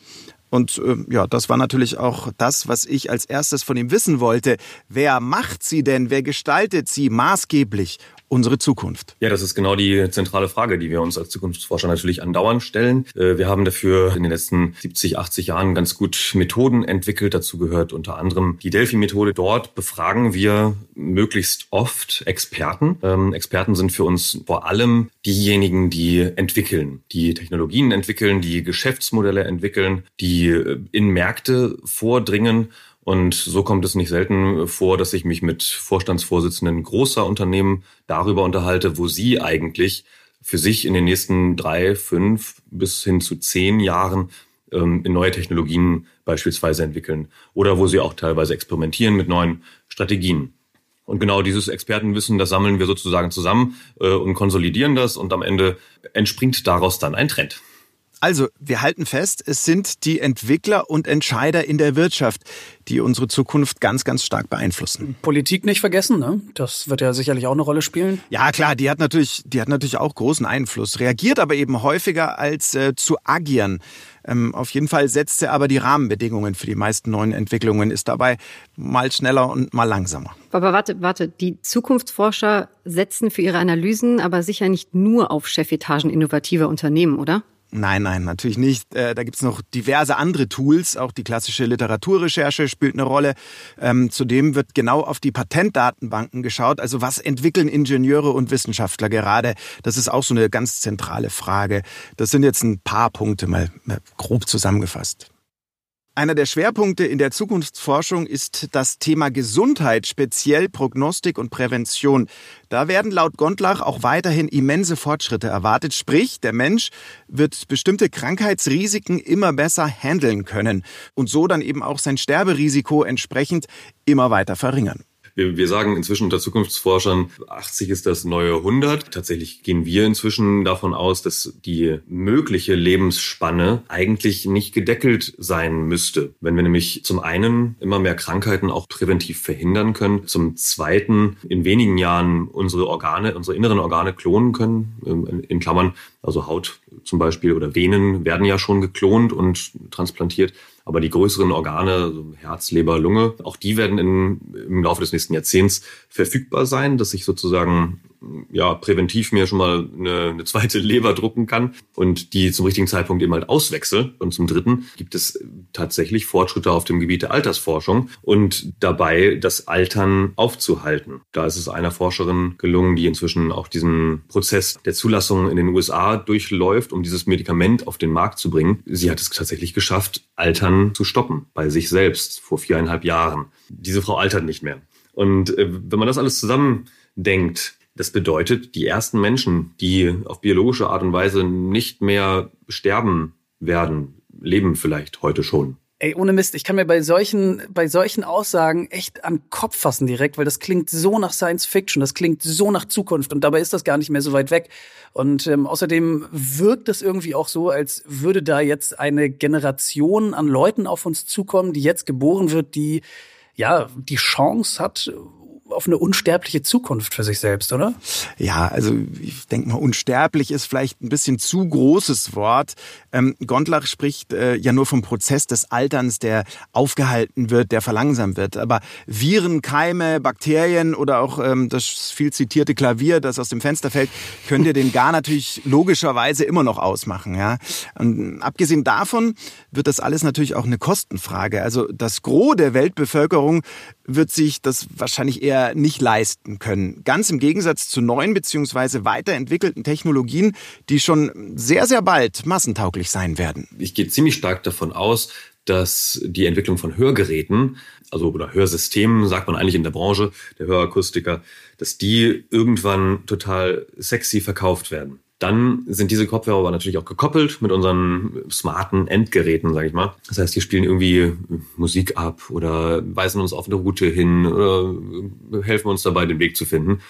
Und äh, ja, das war natürlich auch das, was ich als erstes von ihm wissen wollte. Wer macht sie denn? Wer gestaltet sie maßgeblich? Unsere Zukunft? Ja, das ist genau die zentrale Frage, die wir uns als Zukunftsforscher natürlich andauernd stellen. Wir haben dafür in den letzten siebzig, achtzig Jahren ganz gut Methoden entwickelt. Dazu gehört unter anderem die Delphi-Methode. Dort befragen wir möglichst oft Experten. Ähm, Experten sind für uns vor allem diejenigen, die entwickeln, die Technologien entwickeln, die Geschäftsmodelle entwickeln, die in Märkte vordringen. Und so kommt es nicht selten vor, dass ich mich mit Vorstandsvorsitzenden großer Unternehmen darüber unterhalte, wo sie eigentlich für sich in den nächsten drei, fünf bis hin zu zehn Jahren ähm, in neue Technologien beispielsweise entwickeln oder wo sie auch teilweise experimentieren mit neuen Strategien. Und genau dieses Expertenwissen, das sammeln wir sozusagen zusammen äh, und konsolidieren das und am Ende entspringt daraus dann ein Trend. Also, wir halten fest, es sind die Entwickler und Entscheider in der Wirtschaft, die unsere Zukunft ganz, ganz stark beeinflussen. Politik nicht vergessen, ne? Das wird ja sicherlich auch eine Rolle spielen. Ja, klar, die hat natürlich, die hat natürlich auch großen Einfluss, reagiert aber eben häufiger als äh, zu agieren. Ähm, auf jeden Fall setzt sie aber die Rahmenbedingungen für die meisten neuen Entwicklungen, ist dabei mal schneller und mal langsamer. Aber warte, warte, die Zukunftsforscher setzen für ihre Analysen aber sicher nicht nur auf Chefetagen innovativer Unternehmen, oder? Nein, nein, natürlich nicht. Äh, da gibt's noch diverse andere Tools. Auch die klassische Literaturrecherche spielt eine Rolle. Ähm, zudem wird genau auf die Patentdatenbanken geschaut. Also was entwickeln Ingenieure und Wissenschaftler gerade? Das ist auch so eine ganz zentrale Frage. Das sind jetzt ein paar Punkte mal grob zusammengefasst. Einer der Schwerpunkte in der Zukunftsforschung ist das Thema Gesundheit, speziell Prognostik und Prävention. Da werden laut Gondlach auch weiterhin immense Fortschritte erwartet. Sprich, der Mensch wird bestimmte Krankheitsrisiken immer besser handeln können und so dann eben auch sein Sterberisiko entsprechend immer weiter verringern. Wir, wir sagen inzwischen unter Zukunftsforschern, achtzig ist das neue hundert. Tatsächlich gehen wir inzwischen davon aus, dass die mögliche Lebensspanne eigentlich nicht gedeckelt sein müsste. Wenn wir nämlich zum einen immer mehr Krankheiten auch präventiv verhindern können, zum zweiten in wenigen Jahren unsere Organe, unsere inneren Organe klonen können, in Klammern, also Haut zum Beispiel oder Venen werden ja schon geklont und transplantiert. Aber die größeren Organe, also Herz, Leber, Lunge, auch die werden in, im Laufe des nächsten Jahrzehnts verfügbar sein, dass ich sozusagen ja präventiv mir schon mal eine, eine zweite Leber drucken kann und die zum richtigen Zeitpunkt eben halt auswechsel. Und zum Dritten gibt es tatsächlich Fortschritte auf dem Gebiet der Altersforschung und dabei das Altern aufzuhalten. Da ist es einer Forscherin gelungen, die inzwischen auch diesen Prozess der Zulassung in den U S A durchläuft, um dieses Medikament auf den Markt zu bringen. Sie hat es tatsächlich geschafft, Altern zu stoppen, bei sich selbst vor viereinhalb Jahren. Diese Frau altert nicht mehr. Und äh, wenn man das alles zusammendenkt, das bedeutet, die ersten Menschen, die auf biologische Art und Weise nicht mehr sterben werden, leben vielleicht heute schon. Ey, ohne Mist, ich kann mir bei solchen, bei solchen Aussagen echt an den Kopf fassen direkt, weil das klingt so nach Science Fiction, das klingt so nach Zukunft und dabei ist das gar nicht mehr so weit weg. Und ähm, außerdem wirkt es irgendwie auch so, als würde da jetzt eine Generation an Leuten auf uns zukommen, die jetzt geboren wird, die ja die Chance hat auf eine unsterbliche Zukunft für sich selbst, oder? Ja, also ich denke mal, unsterblich ist vielleicht ein bisschen zu großes Wort. Ähm, Gondlach spricht äh, ja nur vom Prozess des Alterns, der aufgehalten wird, der verlangsamt wird. Aber Viren, Keime, Bakterien oder auch ähm, das viel zitierte Klavier, das aus dem Fenster fällt, könnt ihr den gar natürlich logischerweise immer noch ausmachen. Ja? Und abgesehen davon wird das alles natürlich auch eine Kostenfrage. Also das Gros der Weltbevölkerung wird sich das wahrscheinlich eher nicht leisten können. Ganz im Gegensatz zu neuen bzw. weiterentwickelten Technologien, die schon sehr, sehr bald massentauglich sein werden. Ich gehe ziemlich stark davon aus, dass die Entwicklung von Hörgeräten, also oder Hörsystemen, sagt man eigentlich in der Branche, der Hörakustiker, dass die irgendwann total sexy verkauft werden. Dann sind diese Kopfhörer aber natürlich auch gekoppelt mit unseren smarten Endgeräten, sage ich mal. Das heißt, die spielen irgendwie Musik ab oder weisen uns auf eine Route hin oder helfen uns dabei, den Weg zu finden.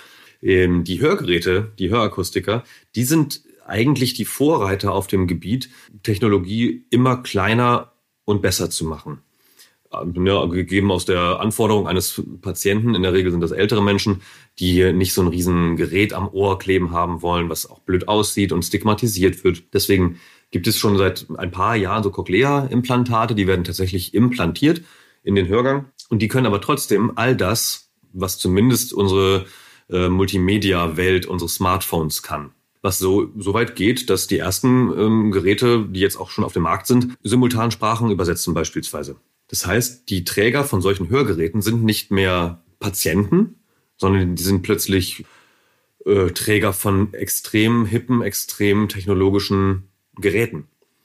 Die Hörgeräte, die Hörakustiker, die sind eigentlich die Vorreiter auf dem Gebiet, Technologie immer kleiner und besser zu machen. Ja, gegeben aus der Anforderung eines Patienten, in der Regel sind das ältere Menschen, die nicht so ein riesen Gerät am Ohr kleben haben wollen, was auch blöd aussieht und stigmatisiert wird. Deswegen gibt es schon seit ein paar Jahren so Cochlea-Implantate, die werden tatsächlich implantiert in den Hörgang. Und die können aber trotzdem all das, was zumindest unsere äh, Multimedia-Welt, unsere Smartphones kann. Was so, so weit geht, dass die ersten ähm, Geräte, die jetzt auch schon auf dem Markt sind, simultan Sprachen übersetzen beispielsweise. Das heißt, die Träger von solchen Hörgeräten sind nicht mehr Patienten, sondern die sind plötzlich äh, Träger von extrem hippen, extrem technologischen Geräten.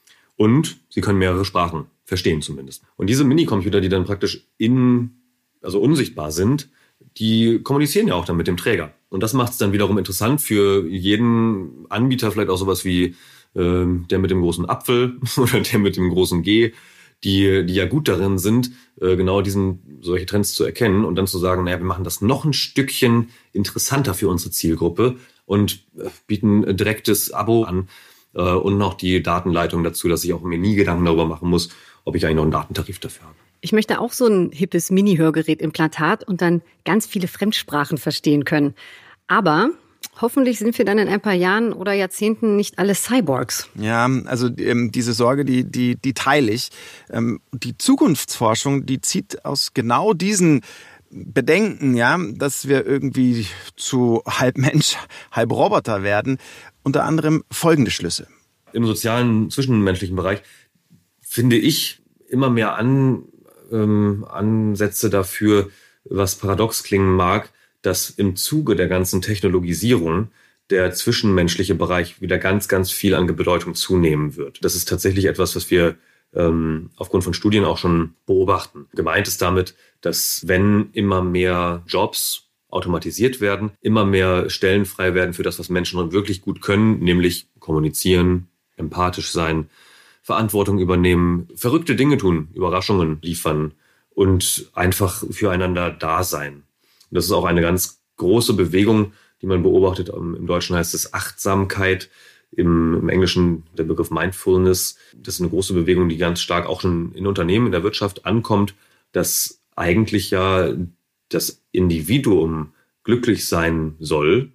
Und sie können mehrere Sprachen verstehen zumindest. Und diese Minicomputer, die dann praktisch in, also unsichtbar sind, die kommunizieren ja auch dann mit dem Träger. Und das macht es dann wiederum interessant für jeden Anbieter, vielleicht auch sowas wie äh, der mit dem großen Apfel oder der mit dem großen G, die, die ja gut darin sind, äh, genau diesen solche Trends zu erkennen und dann zu sagen, naja, wir machen das noch ein Stückchen interessanter für unsere Zielgruppe und äh, bieten ein direktes Abo an äh, und noch die Datenleitung dazu, dass ich auch mir nie Gedanken darüber machen muss, ob ich eigentlich noch einen Datentarif dafür habe. Ich möchte auch so ein hippes Mini-Hörgerät-Implantat und dann ganz viele Fremdsprachen verstehen können. Aber hoffentlich sind wir dann in ein paar Jahren oder Jahrzehnten nicht alle Cyborgs. Ja, also ähm, diese Sorge, die, die, die teile ich. Ähm, die Zukunftsforschung, die zieht aus genau diesen Bedenken, ja, dass wir irgendwie zu halb Mensch, halb Roboter werden, unter anderem folgende Schlüsse. Im sozialen, zwischenmenschlichen Bereich finde ich immer mehr an, ähm, Ansätze dafür, was paradox klingen mag, dass im Zuge der ganzen Technologisierung der zwischenmenschliche Bereich wieder ganz, ganz viel an Bedeutung zunehmen wird. Das ist tatsächlich etwas, was wir ähm, aufgrund von Studien auch schon beobachten. Gemeint ist damit, dass wenn immer mehr Jobs automatisiert werden, immer mehr Stellen frei werden für das, was Menschen wirklich gut können, nämlich kommunizieren, empathisch sein, Verantwortung übernehmen, verrückte Dinge tun, Überraschungen liefern und einfach füreinander da sein. Und das ist auch eine ganz große Bewegung, die man beobachtet. Im Deutschen heißt es Achtsamkeit, im, im Englischen der Begriff Mindfulness. Das ist eine große Bewegung, die ganz stark auch schon in Unternehmen, in der Wirtschaft ankommt, dass eigentlich ja das Individuum glücklich sein soll,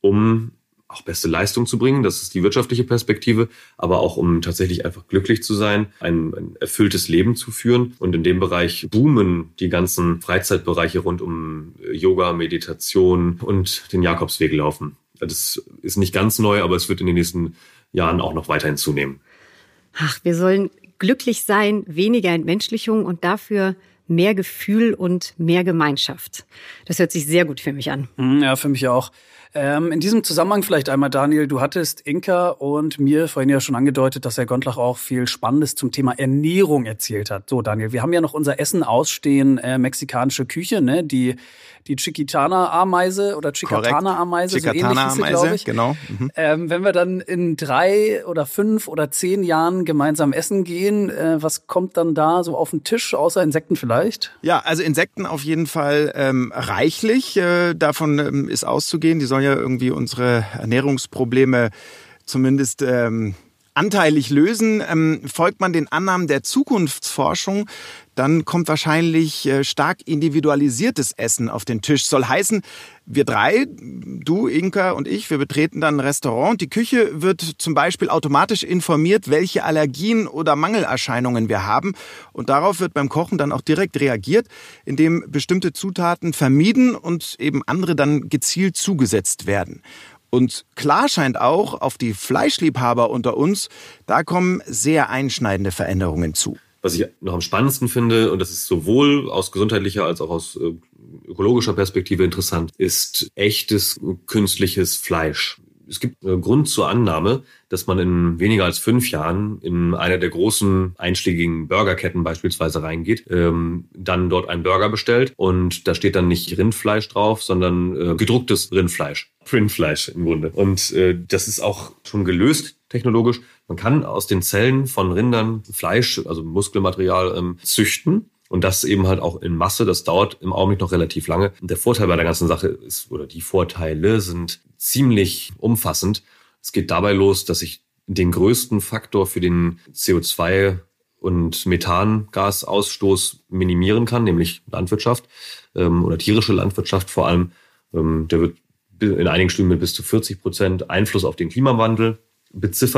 um auch beste Leistung zu bringen. Das ist die wirtschaftliche Perspektive, aber auch um tatsächlich einfach glücklich zu sein, ein, ein erfülltes Leben zu führen. Und in dem Bereich boomen die ganzen Freizeitbereiche rund um Yoga, Meditation und den Jakobsweg laufen. Das ist nicht ganz neu, aber es wird in den nächsten Jahren auch noch weiterhin zunehmen. Ach, wir sollen glücklich sein, weniger Entmenschlichung und dafür mehr Gefühl und mehr Gemeinschaft. Das hört sich sehr gut für mich an. Ja, für mich auch. Ähm, in diesem Zusammenhang vielleicht einmal, Daniel, du hattest Inka und mir vorhin ja schon angedeutet, dass Herr Gondlach auch viel Spannendes zum Thema Ernährung erzählt hat. So, Daniel, wir haben ja noch unser Essen ausstehen, äh, mexikanische Küche, ne? Die, die Chiquitana-Ameise oder Chicatana-Ameise, so ähnlich hieß sie, glaube ich. Genau. Mhm. Ähm, wenn wir dann in drei oder fünf oder zehn Jahren gemeinsam essen gehen, äh, was kommt dann da so auf den Tisch, außer Insekten vielleicht? Ja, also Insekten auf jeden Fall ähm, reichlich. Äh, davon ähm, ist auszugehen. Die sollen ja irgendwie unsere Ernährungsprobleme zumindest ähm, anteilig lösen. Ähm, folgt man den Annahmen der Zukunftsforschung, dann kommt wahrscheinlich äh, stark individualisiertes Essen auf den Tisch. Soll heißen, wir drei, du, Inka und ich, wir betreten dann ein Restaurant. Die Küche wird zum Beispiel automatisch informiert, welche Allergien oder Mangelerscheinungen wir haben. Und darauf wird beim Kochen dann auch direkt reagiert, indem bestimmte Zutaten vermieden und eben andere dann gezielt zugesetzt werden. Und klar scheint auch, auf die Fleischliebhaber unter uns, da kommen sehr einschneidende Veränderungen zu. Was ich noch am spannendsten finde, und das ist sowohl aus gesundheitlicher als auch aus ökologischer Perspektive interessant, ist echtes künstliches Fleisch. Es gibt einen Grund zur Annahme, dass man in weniger als fünf Jahren in eine der großen einschlägigen Burgerketten beispielsweise reingeht, ähm, dann dort einen Burger bestellt und da steht dann nicht Rindfleisch drauf, sondern äh, gedrucktes Rindfleisch. Rindfleisch im Grunde. Und äh, das ist auch schon gelöst technologisch. Man kann aus den Zellen von Rindern Fleisch, also Muskelmaterial, ähm, züchten. Und das eben halt auch in Masse, das dauert im Augenblick noch relativ lange. Und der Vorteil bei der ganzen Sache ist, oder die Vorteile sind ziemlich umfassend. Es geht dabei los, dass ich den größten Faktor für den C O zwei- und Methangasausstoß minimieren kann, nämlich Landwirtschaft ähm, oder tierische Landwirtschaft vor allem. Ähm, der wird in einigen Studien mit bis zu vierzig Prozent Einfluss auf den Klimawandel beziffert.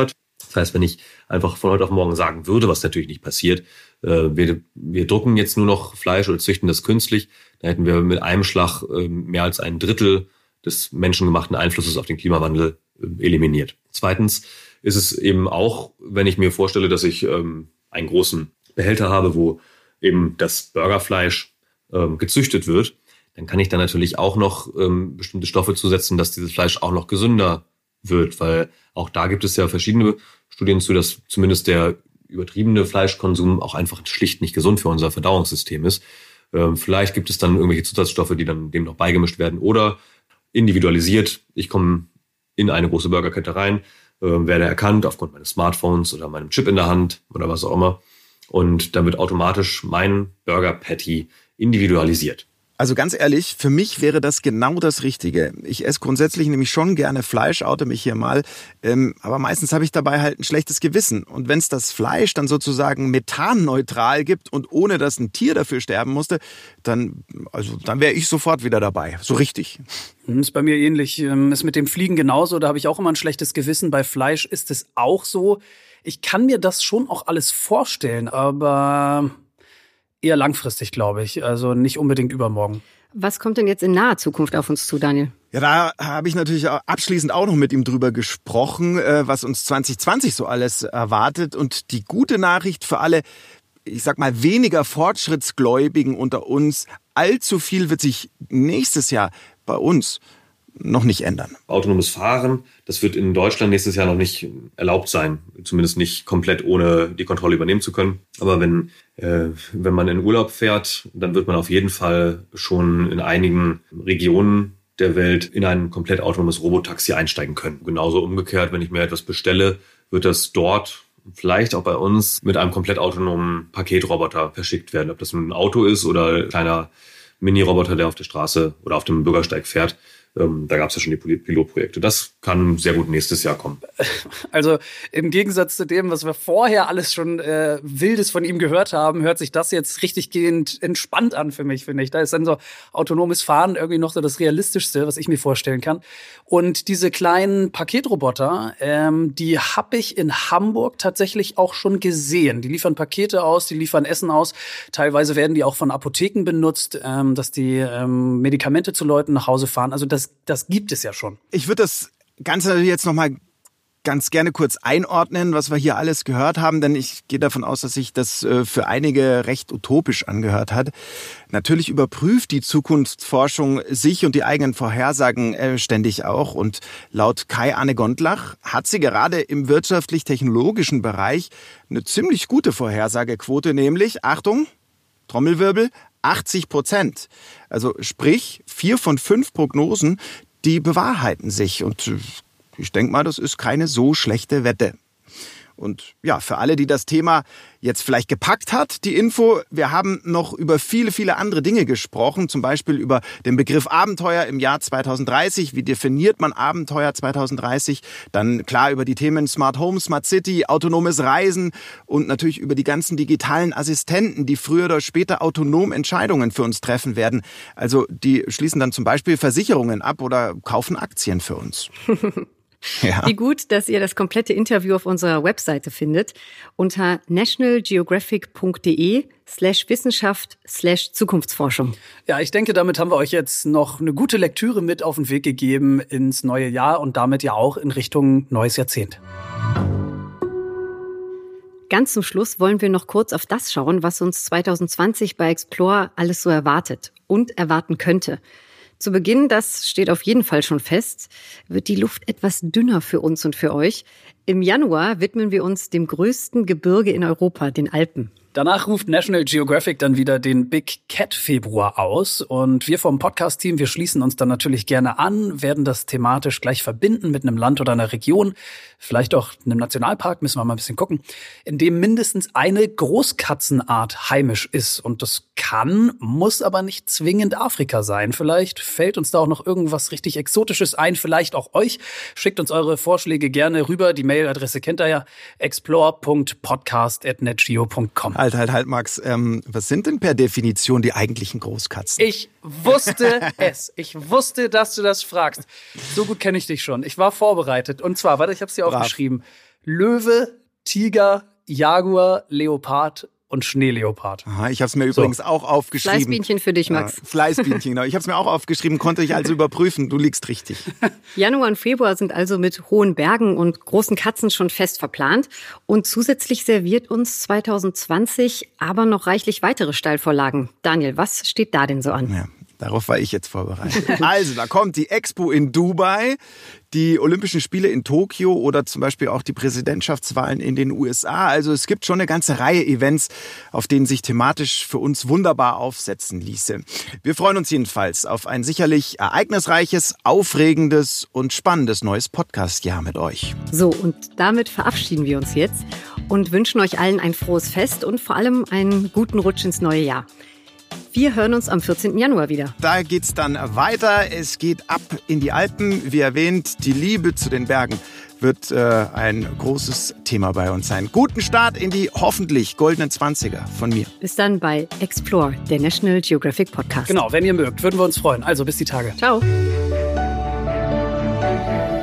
Das heißt, wenn ich einfach von heute auf morgen sagen würde, was natürlich nicht passiert, äh, wir, wir drucken jetzt nur noch Fleisch oder züchten das künstlich, dann hätten wir mit einem Schlag äh, mehr als ein Drittel des menschengemachten Einflusses auf den Klimawandel äh, eliminiert. Zweitens ist es eben auch, wenn ich mir vorstelle, dass ich ähm, einen großen Behälter habe, wo eben das Burgerfleisch ähm, gezüchtet wird, dann kann ich da natürlich auch noch ähm, bestimmte Stoffe zusetzen, dass dieses Fleisch auch noch gesünder wird, weil auch da gibt es ja verschiedene Studien zu, dass zumindest der übertriebene Fleischkonsum auch einfach schlicht nicht gesund für unser Verdauungssystem ist. Ähm, vielleicht gibt es dann irgendwelche Zusatzstoffe, die dann dem noch beigemischt werden oder individualisiert. Ich komme in eine große Burgerkette rein, äh, werde erkannt aufgrund meines Smartphones oder meinem Chip in der Hand oder was auch immer. Und dann wird automatisch mein Burger-Patty individualisiert. Also ganz ehrlich, für mich wäre das genau das Richtige. Ich esse grundsätzlich nämlich schon gerne Fleisch, oute mich hier mal, ähm, aber meistens habe ich dabei halt ein schlechtes Gewissen. Und wenn es das Fleisch dann sozusagen methanneutral gibt und ohne dass ein Tier dafür sterben musste, dann, also, dann wäre ich sofort wieder dabei. So richtig. Ist bei mir ähnlich. Ist mit dem Fliegen genauso. Da habe ich auch immer ein schlechtes Gewissen. Bei Fleisch ist es auch so. Ich kann mir das schon auch alles vorstellen, aber eher langfristig, glaube ich. Also nicht unbedingt übermorgen. Was kommt denn jetzt in naher Zukunft auf uns zu, Daniel? Ja, da habe ich natürlich abschließend auch noch mit ihm drüber gesprochen, was uns zwanzig zwanzig so alles erwartet. Und die gute Nachricht für alle, ich sag mal, weniger Fortschrittsgläubigen unter uns, allzu viel wird sich nächstes Jahr bei uns noch nicht ändern. Autonomes Fahren, das wird in Deutschland nächstes Jahr noch nicht erlaubt sein, zumindest nicht komplett ohne die Kontrolle übernehmen zu können. Aber wenn, äh, wenn man in Urlaub fährt, dann wird man auf jeden Fall schon in einigen Regionen der Welt in ein komplett autonomes Robotaxi einsteigen können. Genauso umgekehrt, wenn ich mir etwas bestelle, wird das dort, vielleicht auch bei uns, mit einem komplett autonomen Paketroboter verschickt werden. Ob das nun ein Auto ist oder ein kleiner Mini-Roboter, der auf der Straße oder auf dem Bürgersteig fährt. Ähm, da gab es ja schon die Pilotprojekte. Das kann sehr gut nächstes Jahr kommen. Also im Gegensatz zu dem, was wir vorher alles schon äh, Wildes von ihm gehört haben, hört sich das jetzt richtig gehend entspannt an für mich, finde ich. Da ist dann so autonomes Fahren irgendwie noch so das Realistischste, was ich mir vorstellen kann. Und diese kleinen Paketroboter, ähm, die habe ich in Hamburg tatsächlich auch schon gesehen. Die liefern Pakete aus, die liefern Essen aus. Teilweise werden die auch von Apotheken benutzt, ähm, dass die ähm, Medikamente zu Leuten nach Hause fahren. Also das Das, das gibt es ja schon. Ich würde das Ganze natürlich jetzt noch mal ganz gerne kurz einordnen, was wir hier alles gehört haben, denn ich gehe davon aus, dass sich das für einige recht utopisch angehört hat. Natürlich überprüft die Zukunftsforschung sich und die eigenen Vorhersagen ständig auch. Und laut Kai-Arne Gondlach hat sie gerade im wirtschaftlich-technologischen Bereich eine ziemlich gute Vorhersagequote, nämlich, Achtung, Trommelwirbel, achtzig Prozent. Also sprich, vier von fünf Prognosen, die bewahrheiten sich. Und ich denke mal, das ist keine so schlechte Wette. Und ja, für alle, die das Thema jetzt vielleicht gepackt hat, die Info, wir haben noch über viele, viele andere Dinge gesprochen, zum Beispiel über den Begriff Abenteuer im Jahr zwanzig dreißig. Wie definiert man Abenteuer zwanzig dreißig? Dann klar über die Themen Smart Home, Smart City, autonomes Reisen und natürlich über die ganzen digitalen Assistenten, die früher oder später autonom Entscheidungen für uns treffen werden. Also die schließen dann zum Beispiel Versicherungen ab oder kaufen Aktien für uns. Ja. Wie gut, dass ihr das komplette Interview auf unserer Webseite findet unter nationalgeographic.de slash Wissenschaft slash Zukunftsforschung. Ja, ich denke, damit haben wir euch jetzt noch eine gute Lektüre mit auf den Weg gegeben ins neue Jahr und damit ja auch in Richtung neues Jahrzehnt. Ganz zum Schluss wollen wir noch kurz auf das schauen, was uns zwanzig zwanzig bei Explore alles so erwartet und erwarten könnte. Zu Beginn, das steht auf jeden Fall schon fest, wird die Luft etwas dünner für uns und für euch. Im Januar widmen wir uns dem größten Gebirge in Europa, den Alpen. Danach ruft National Geographic dann wieder den Big Cat Februar aus und wir vom Podcast-Team, wir schließen uns dann natürlich gerne an, werden das thematisch gleich verbinden mit einem Land oder einer Region, vielleicht auch einem Nationalpark, müssen wir mal ein bisschen gucken, in dem mindestens eine Großkatzenart heimisch ist und das kann, muss aber nicht zwingend Afrika sein. Vielleicht fällt uns da auch noch irgendwas richtig Exotisches ein, vielleicht auch euch. Schickt uns eure Vorschläge gerne rüber, die Mailadresse kennt ihr ja, explore punkt podcast at netgeo punkt com. Halt, halt, halt, Max. Ähm, was sind denn per Definition die eigentlichen Großkatzen? Ich wusste es. Ich wusste, dass du das fragst. So gut kenne ich dich schon. Ich war vorbereitet. Und zwar, warte, ich habe es dir aufgeschrieben. Löwe, Tiger, Jaguar, Leopard und Schneeleopard. Aha, ich habe es mir so. übrigens auch aufgeschrieben. Fleißbienchen für dich, Max. Ja, Fleißbienchen, genau. Ich habe es mir auch aufgeschrieben, konnte ich also überprüfen. Du liegst richtig. Januar und Februar sind also mit hohen Bergen und großen Katzen schon fest verplant. Und zusätzlich serviert uns zwanzig zwanzig aber noch reichlich weitere Steilvorlagen. Daniel, was steht da denn so an? Ja. Darauf war ich jetzt vorbereitet. Also, da kommt die Expo in Dubai, die Olympischen Spiele in Tokio oder zum Beispiel auch die Präsidentschaftswahlen in den U S A. Also es gibt schon eine ganze Reihe Events, auf denen sich thematisch für uns wunderbar aufsetzen ließe. Wir freuen uns jedenfalls auf ein sicherlich ereignisreiches, aufregendes und spannendes neues Podcast-Jahr mit euch. So, und damit verabschieden wir uns jetzt und wünschen euch allen ein frohes Fest und vor allem einen guten Rutsch ins neue Jahr. Wir hören uns am vierzehnten Januar wieder. Da geht's dann weiter. Es geht ab in die Alpen. Wie erwähnt, die Liebe zu den Bergen wird äh, ein großes Thema bei uns sein. Guten Start in die hoffentlich goldenen Zwanziger von mir. Bis dann bei Explore, der National Geographic Podcast. Genau, wenn ihr mögt, würden wir uns freuen. Also bis die Tage. Ciao.